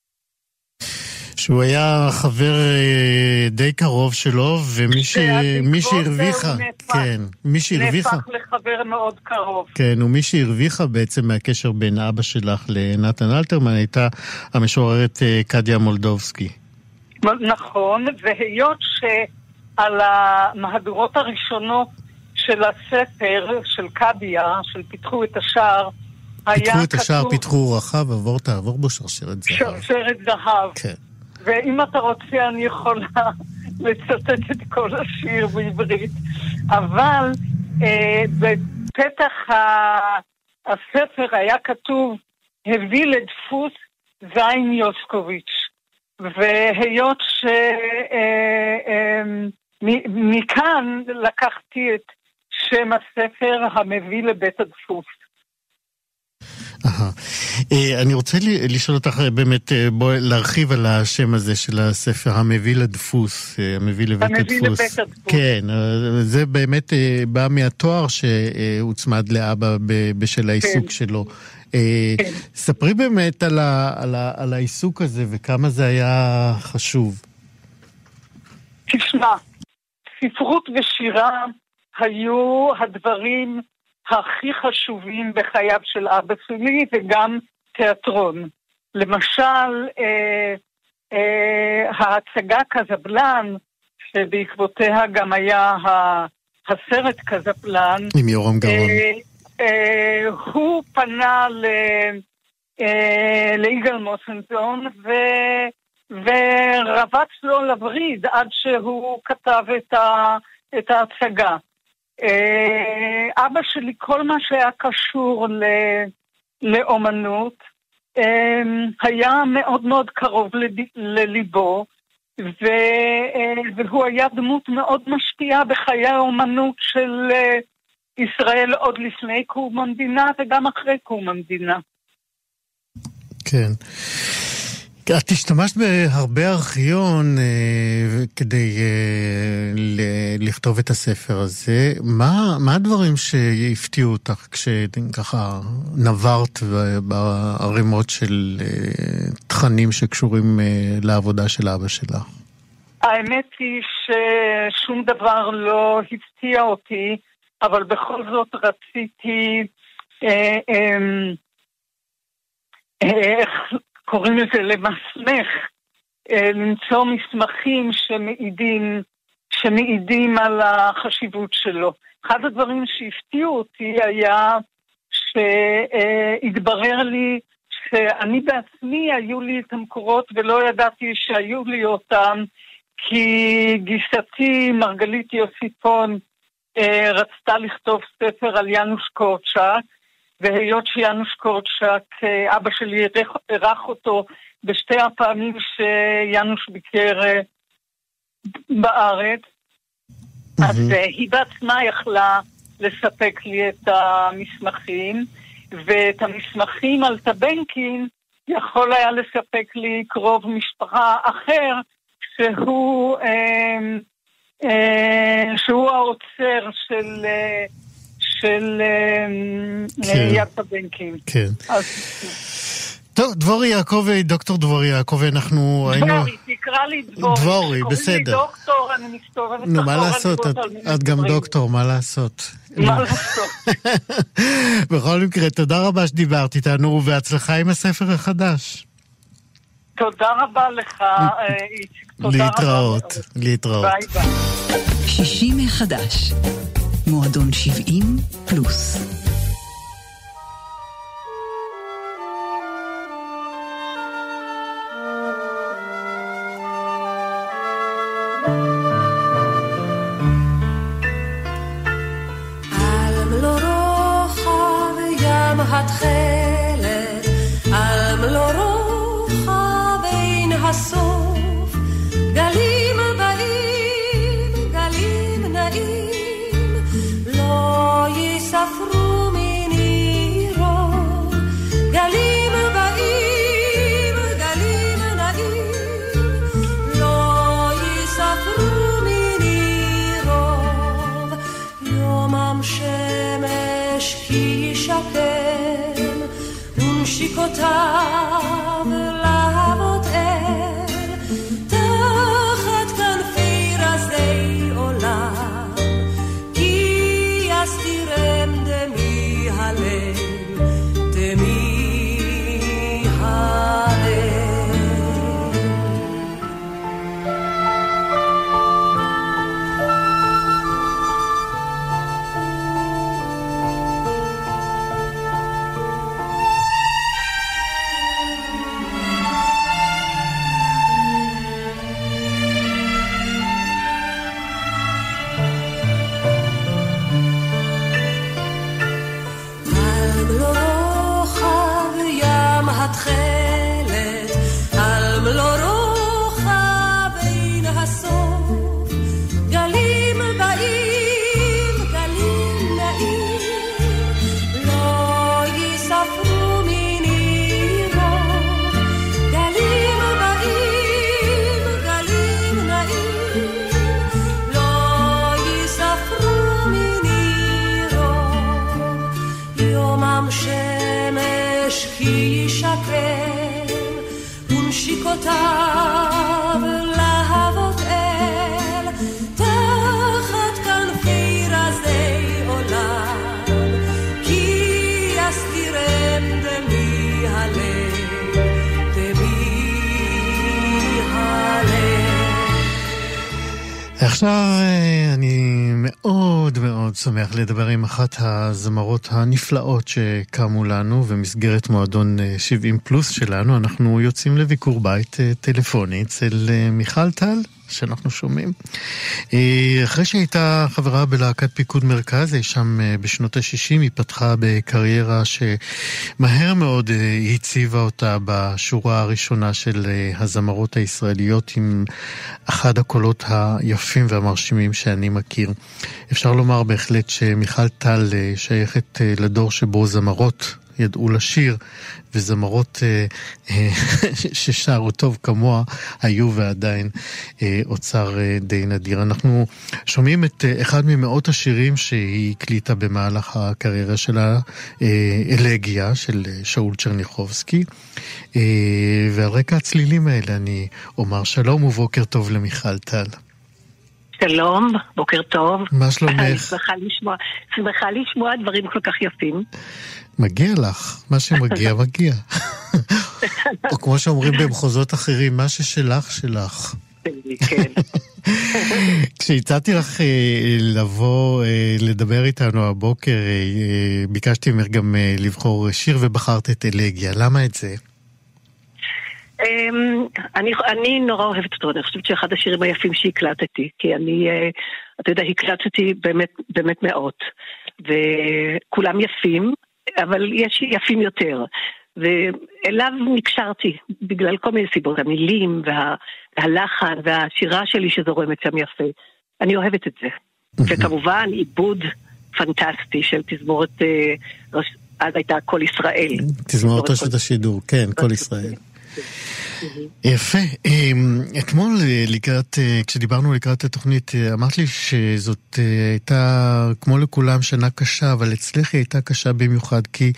שהוא היה חבר די קרוב שלו, ומי שהרוויחה, כן, מי שהרוויחה, נהפך לחבר מאוד קרוב. כן, ומי שהרוויחה בעצם מהקשר בין אבא שלך לנתן אלתרמן הייתה המשוררת קדיה מולדובסקי. נכון, והיות שעל המהדורות הראשונות של הספר של קדיה, של פיתחו את השער, פיתחו את השער, פיתחו רחב, עבור תעבור בו שרשרת זהב. שרשרת זהב. כן. ואם אתה רוצה אני יכולה לצטט את כל השיר בעברית, אבל בפתח הספר היה כתוב הביא לדפוס זין יוסקוביץ', והיות מכאן לקחתי את שם הספר המביא לבית הדפוס. אני רוצה לשאול אותך באמת, בואי להרחיב על השם הזה של הספר, המביא לדפוס, המביא לבית הדפוס. כן, זה באמת בא מהתואר שהוצמד לאבא בשל העיסוק שלו. ספרי באמת על העיסוק הזה וכמה זה היה חשוב. תשמע, ספרות ושירה היו הדברים הכי חשובים בחייו של אבא שלי, וגם תיאטרון. למשל, ההצגה קזבלן, שבעקבותיה גם היה הסרט קזבלן, עם יורם גאון. הוא פנה ליגאל מוסנזון ורבץ לו לבריד עד שהוא כתב את ההצגה. אבא שלי, כל מה שהיה קשור לאומנות, היה מאוד מאוד קרוב לליבו, והוא היה דמות מאוד משפיעה בחיי האומנות של ישראל עוד לפני קום המדינה וגם אחרי קום המדינה. כן. את השתמשת בהרבה ארכיון כדי לכתוב את הספר הזה. מה הדברים שהפתיעו אותך כשככה נברת בערימות של תכנים שקשורים לעבודה של אבא שלך? האמת היא ששום דבר לא הפתיע אותי, אבל בכל זאת רציתי איך קוראים לזה למסמך, למצוא מסמכים שמעידים על החשיבות שלו. אחד הדברים שהפתיעו אותי היה שהתברר לי שאני בעצמי היו לי את המקורות ולא ידעתי שהיו לי אותם, כי גיסתי מרגלית יוסיפון רצתה לכתוב ספר על יאנוש קורצ'אק, והיות שיאנוש קורצ'אק, אבא שלי ערך אותו בשתי הפעמים שיאנוש ביקר בארץ, אז היא בעצמה יכלה לספק לי את המסמכים, ואת המסמכים על טבנקין יכול היה לספק לי קרוב משפחה אחר, שהוא האוצר של יד טבנקין. כן. טוב, דבורי יעקבי, דוקטור דבורי יעקבי, אנחנו היינו... דבורי, תקרא לי דבורי. דבורי, בסדר. קוראים לי דוקטור, אני מסתובבת. נו, מה לעשות? את גם דוקטור, מה לעשות? מה לעשות? בכל מקרה, תודה רבה שדיברת איתנו, ובהצלחה עם הספר החדש. תודה רבה לך, איציק. להתראות, להתראות. ביי ביי. 60 מחדש. מועדון 70 פלוס. עכשיו אני מאוד מאוד שמח לדבר עם אחת הזמרות הנפלאות שקמו לנו במסגרת מועדון 70 פלוס שלנו. אנחנו יוצאים לביקור בית טלפוני אצל מיכל טל, שאנחנו שומעים. אחרי שהייתה חברה בלהקת פיקוד מרכז, שם בשנות ה-60, היא פתחה בקריירה שמהר מאוד הציבה אותה בשורה הראשונה של הזמרות הישראליות, עם אחד הקולות היפים והמרשימים שאני מכיר. אפשר לומר בהחלט שמיכל טל שייכת לדור שבו זמרות ידעו לשיר, וזמרות ששרו טוב כמוה היו ועדיין אוצר די נדיר. אנחנו שומעים את אחד ממאות השירים שהיא הקליטה במהלך הקריירה שלה, אלגיה של שאול צ'רניחובסקי, ועל רקע הצלילים האלה אני אומר שלום ובוקר טוב למיכל טל. שלום, בוקר טוב. מה שלומך? אני שמחה לשמוע דברים כל כך יפים. מגיע לך, מה שמגיע מגיע. או כמו שאומרים במחוזות אחרים, מה ששלך, שלך. כן. כשהצעתי לך לבוא לדבר איתנו הבוקר, ביקשתי ממך גם לבחור שיר ובחרת את אלגיה. למה את זה? אני נורא אוהבת אותו, אני חושבת שאחד השירים היפים שהקלטתי, כי אתה יודע, הקלטתי באמת מאות, וכולם יפים, אבל יש יפים יותר, ואליו נקשרתי בגלל כל מיני סיבות, המילים והלחן והשירה שלי שזורמת שם יפה. אני אוהבת את זה. וכמובן עיבוד פנטסטי של תזמורת, אז הייתה כל ישראל. תזמורת רשות השידור, כן, כל ישראל. יפה. אתמול כשדיברנו לקראת התוכנית, אמרת לי שזאת הייתה כמו לכולם שנה קשה, אבל אצלך היא הייתה קשה במיוחד, כי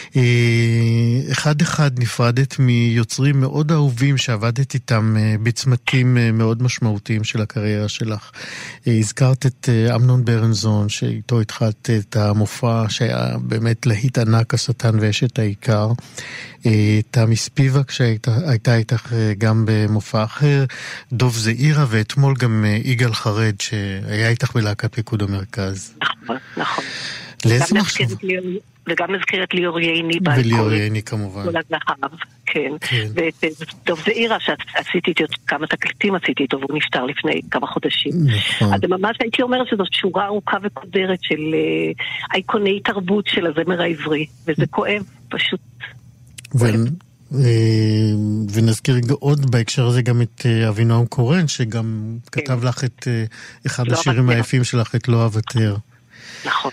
אחד נפרדת מיוצרים מאוד אהובים שעבדת איתם בצמתים מאוד משמעותיים של הקריירה שלך. הזכרת את אמנון ברנזון, שאיתו התחלת את המופע שהיה באמת להיט ענק, השטן ואשת העיקר. תמי ספיבק שהייתה איתך גם במופע אחר, דוב זעירה, ואתמול גם יגאל חרד שהיה איתך בלהקת פיקוד המרכז. נכון. לאיזה מחשב? וגם מזכירת ליאור ייני. וליאור ייני כמובן. כל הזהב, כן. ודוב זעירה שעשיתי איתו כמה תקליטים, עשיתי איתו והוא נפטר לפני כמה חודשים. נכון. אז ממש הייתי אומרת שזאת שורה ארוכה וקודרת של אייקוני תרבות של הזמר העברי, וזה כואב פשוט. ונזכיר עוד בהקשר הזה גם את אבינועם קורן, שגם כתב לך את אחד השירים היפים שלך, את לא אוותר. נכון.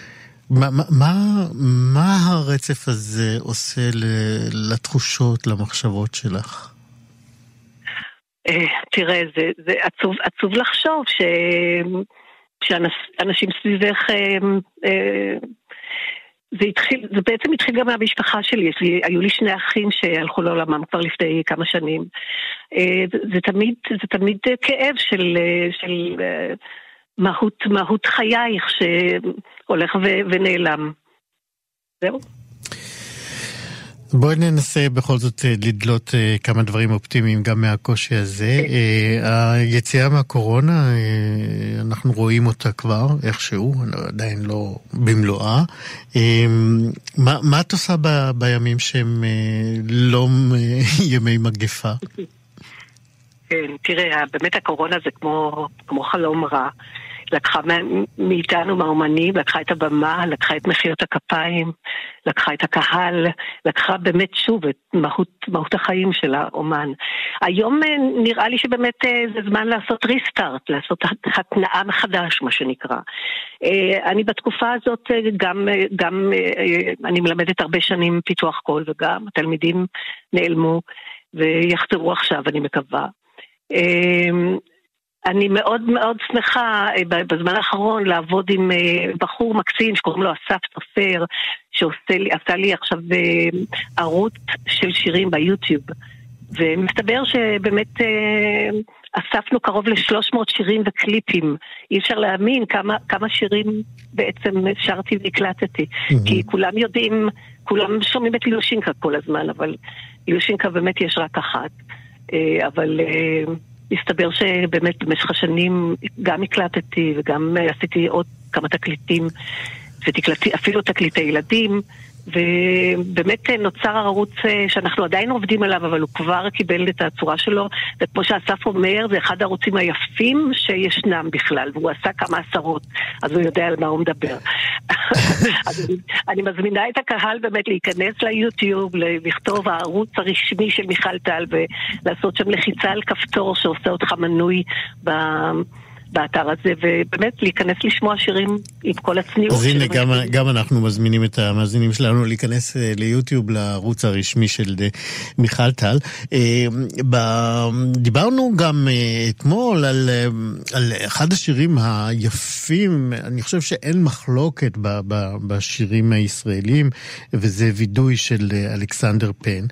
מה הרצף הזה עושה לתחושות, למחשבות שלך? תראה, זה עצוב לחשוב שאנשים סביבך זה בעצם התחיל גם מהמשפחה שלי. היו לי שני אחים שהלכו לעולמם כבר לפני כמה שנים. זה תמיד כאב של מהות חייך שהולך ונעלם. זהו. בואי ננסה בכל זאת לדלות כמה דברים אופטימיים גם מהקושי הזה. היציאה מהקורונה, אנחנו רואים אותה כבר איכשהו, עדיין לא במלואה. מה את עושה בימים שהם לא ימי מגפה? כן, תראה, באמת הקורונה זה כמו חלום רע. לקחה מאיתנו, מהאומנים, לקחה את הבמה, לקחה את מחיאות הכפיים, לקחה את הקהל, לקחה באמת שוב את מהות החיים של האומן. היום נראה לי שבאמת זה זמן לעשות ריסטארט, לעשות התנאה מחדש, מה שנקרא. אני בתקופה הזאת גם אני מלמדת הרבה שנים פיתוח קול, וגם התלמידים נעלמו ויחזרו עכשיו, אני מקווה. אני מאוד מאוד שמחה בזמן האחרון לעבוד עם בחור מקסים שקוראים לו אסף סופר, שעשה לי עכשיו ערוץ של שירים ביוטיוב, ומסתבר שבאמת אספנו קרוב ל-300 שירים וקליפים. אי אפשר להאמין כמה שירים בעצם שרתי והקלטתי, כי כולם יודעים, כולם שומעים את ליושינקה כל הזמן, אבל ליושינקה באמת יש רק אחת, אבל הסתבר שבאמת במשך השנים גם הקלטתי וגם עשיתי עוד כמה תקליטים, אפילו תקליטי ילדים, ובאמת נוצר ערוץ שאנחנו עדיין עובדים עליו, אבל הוא כבר קיבל את הצורה שלו, וכמו שאסף אומר, זה אחד הערוצים היפים שישנם בכלל, והוא עשה כמה עשרות, אז הוא יודע על מה הוא מדבר. אז אני מזמינה את הקהל באמת להיכנס ליוטיוב, לכתוב הערוץ הרשמי של מיכל טל, ולעשות שם לחיצה על כפתור שעושה אותך מנוי באתר הזה, ובאמת להיכנס לשמוע שירים עם כל הצניעות. אז הנה, גם אנחנו מזמינים את המאזינים שלנו להיכנס ליוטיוב, לערוץ הרשמי של מיכל טל. דיברנו גם אתמול על אחד השירים היפים, אני חושב שאין מחלוקת בשירים הישראלים, וזה וידוי של אלכסנדר פן,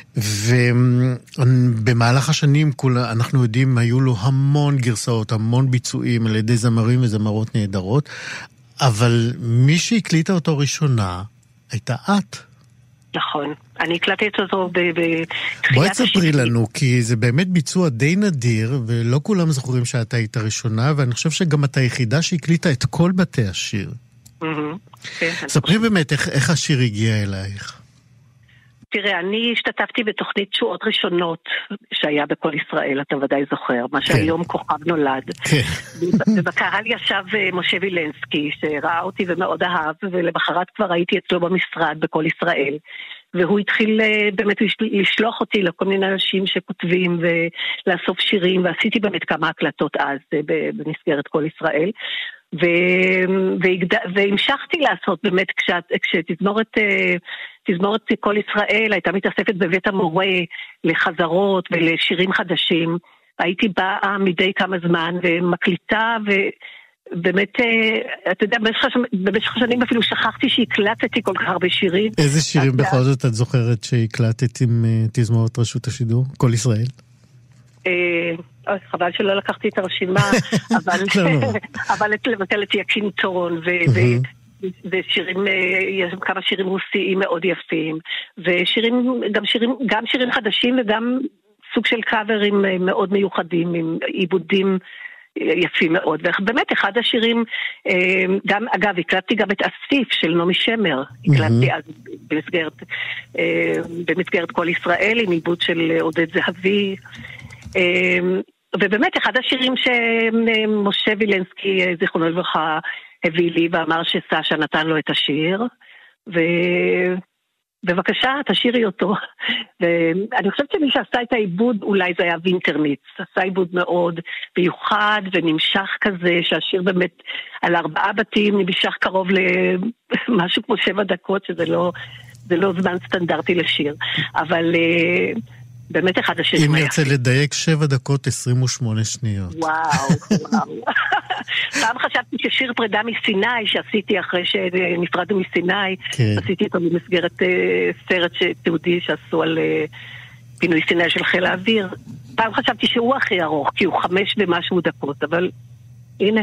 ובמהלך השנים אנחנו יודעים, היו לו המון גרסאות, המון ביצועים על ידי זמרים וזמרות נהדרות, אבל מי שהקליטה אותו ראשונה הייתה את. נכון. אני הקלטתי אותו בואי תספרי לנו, כי זה באמת ביצוע די נדיר, ולא כולם זוכרים שאתה היית הראשונה, ואני חושב שגם אתה היחידה שהקליטה את כל בתי השיר. ספרי באמת איך השיר הגיע אלייך. תראה, אני השתתפתי בתוכנית תשואות ראשונות שהיה בכל ישראל, אתה ודאי זוכר, מה שהיום כוכב נולד. ובקהל ישב משה וילנסקי, שראה אותי ומאוד אהב, ולמחרת כבר הייתי אצלו במשרד בכל ישראל. והוא התחיל באמת לשלוח אותי לכל מיני אנשים שכותבים ולאסוף שירים, ועשיתי באמת כמה הקלטות אז במסגרת כל ישראל. והמשכתי לעשות באמת כשתזמורת כל ישראל הייתה מתאספת בבית המורה לחזרות ולשירים חדשים, הייתי באה מדי כמה זמן ומקליטה, ובאמת אתה יודע, במשך השנים אפילו שכחתי שהקלטתי כל כך הרבה שירים. איזה שירים בכל זאת את זוכרת שהקלטת עם תזמורת רשות השידור כל ישראל? חבל שלא לקחתי את הרשימה, אבל לבטלת יקין טורון ושירים, יש כמה שירים רוסיים מאוד יפים, גם שירים חדשים וגם סוג של קאברים מאוד מיוחדים עם עיבודים יפים מאוד. ובאמת אחד השירים, גם אגב הקלטתי גם את אסיף של נעמי שמר, הקלטתי אז במסגרת כל ישראל עם עיבוד של עודד זהבי, ובאמת אחד השירים שמשה וילנסקי זיכרונו לברכה הביא לי ואמר שסשה נתן לו את השיר, ובבקשה תשאירי אותו. ואני חושבת שמי שעשה את העיבוד אולי זה היה וינטרניץ, עשה עיבוד מאוד מיוחד ונמשך כזה, שהשיר באמת על 4 בתים נמשך קרוב למשהו כמו 7 דקות, שזה לא זמן סטנדרטי לשיר, אבל באמת אחד השירים. אם נרצה לדייק 7 דקות 28 שניות. וואו. פעם חשבתי ששיר פרידה מסיני שעשיתי אחרי שנפרדנו מסיני, עשיתי אותו במסגרת סרט תיעודי שעשו על פינוי סיני של חיל האוויר. פעם חשבתי שהוא הכי ארוך, כי הוא 5 ומשהו דקות, אבל הנה.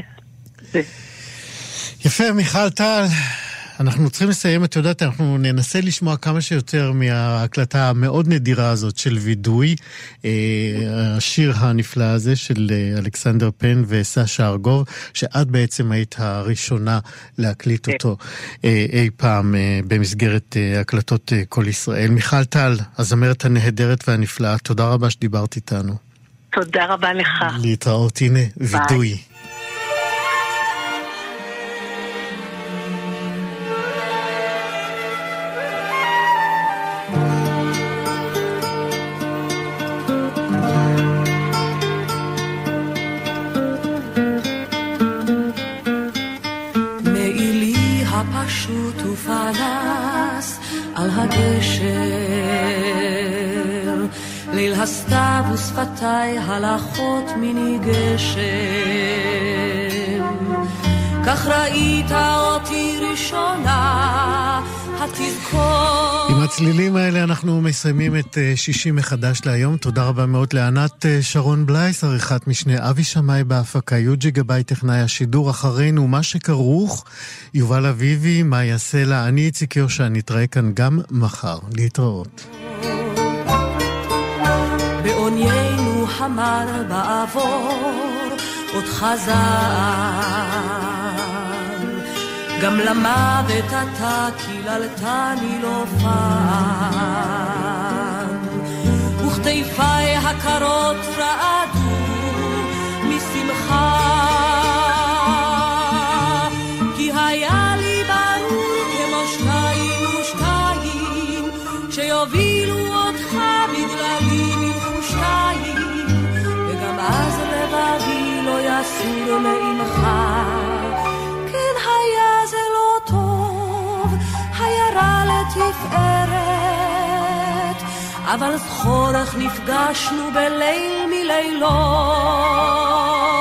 יפה, מיכל טל. אנחנו צריכים לסיים, את יודעת, אנחנו ננסה לשמוע כמה שיותר מההקלטה המאוד נדירה הזאת של וידוי, השיר הנפלא הזה של אלכסנדר פן וסשה ארגוב, שאת בעצם היית הראשונה להקליט אותו אי פעם במסגרת הקלטות כל ישראל. מיכל טל, הזמרת הנהדרת והנפלאה, תודה רבה שדיברת איתנו. תודה רבה לך. להתראות, הנה, וידוי. פשוט ופנס על הגשר, ליל הסתיו ושפתיי הלכות מיני גשם, כך ראית אותי ראשונה, התזכור. עם הצלילים האלה אנחנו מסיימים את שישי מחדש להיום. תודה רבה מאוד לענת שרון בלייס, עריכת משנה אבי שמאי בהפקה, יוג'י גבאי טכנאי השידור. אחרינו מה שכרוך, יובל אביבי, מה יעשה לה, אני איציק יושע, נתראה כאן גם מחר. להתראות. בעוניינו המר בעבור עוד חזר, גם למוות אתה קיללתני לא פעם, וכתפי הקרות רעדו משמחה, כי היה לי ברור כמו 2 ו2 שיובילו אותך בגללים עם חושיים, וגם אז לבבי לא יסור מעמך. תפארת, אבל זכורך נפגשנו בליל מלילות,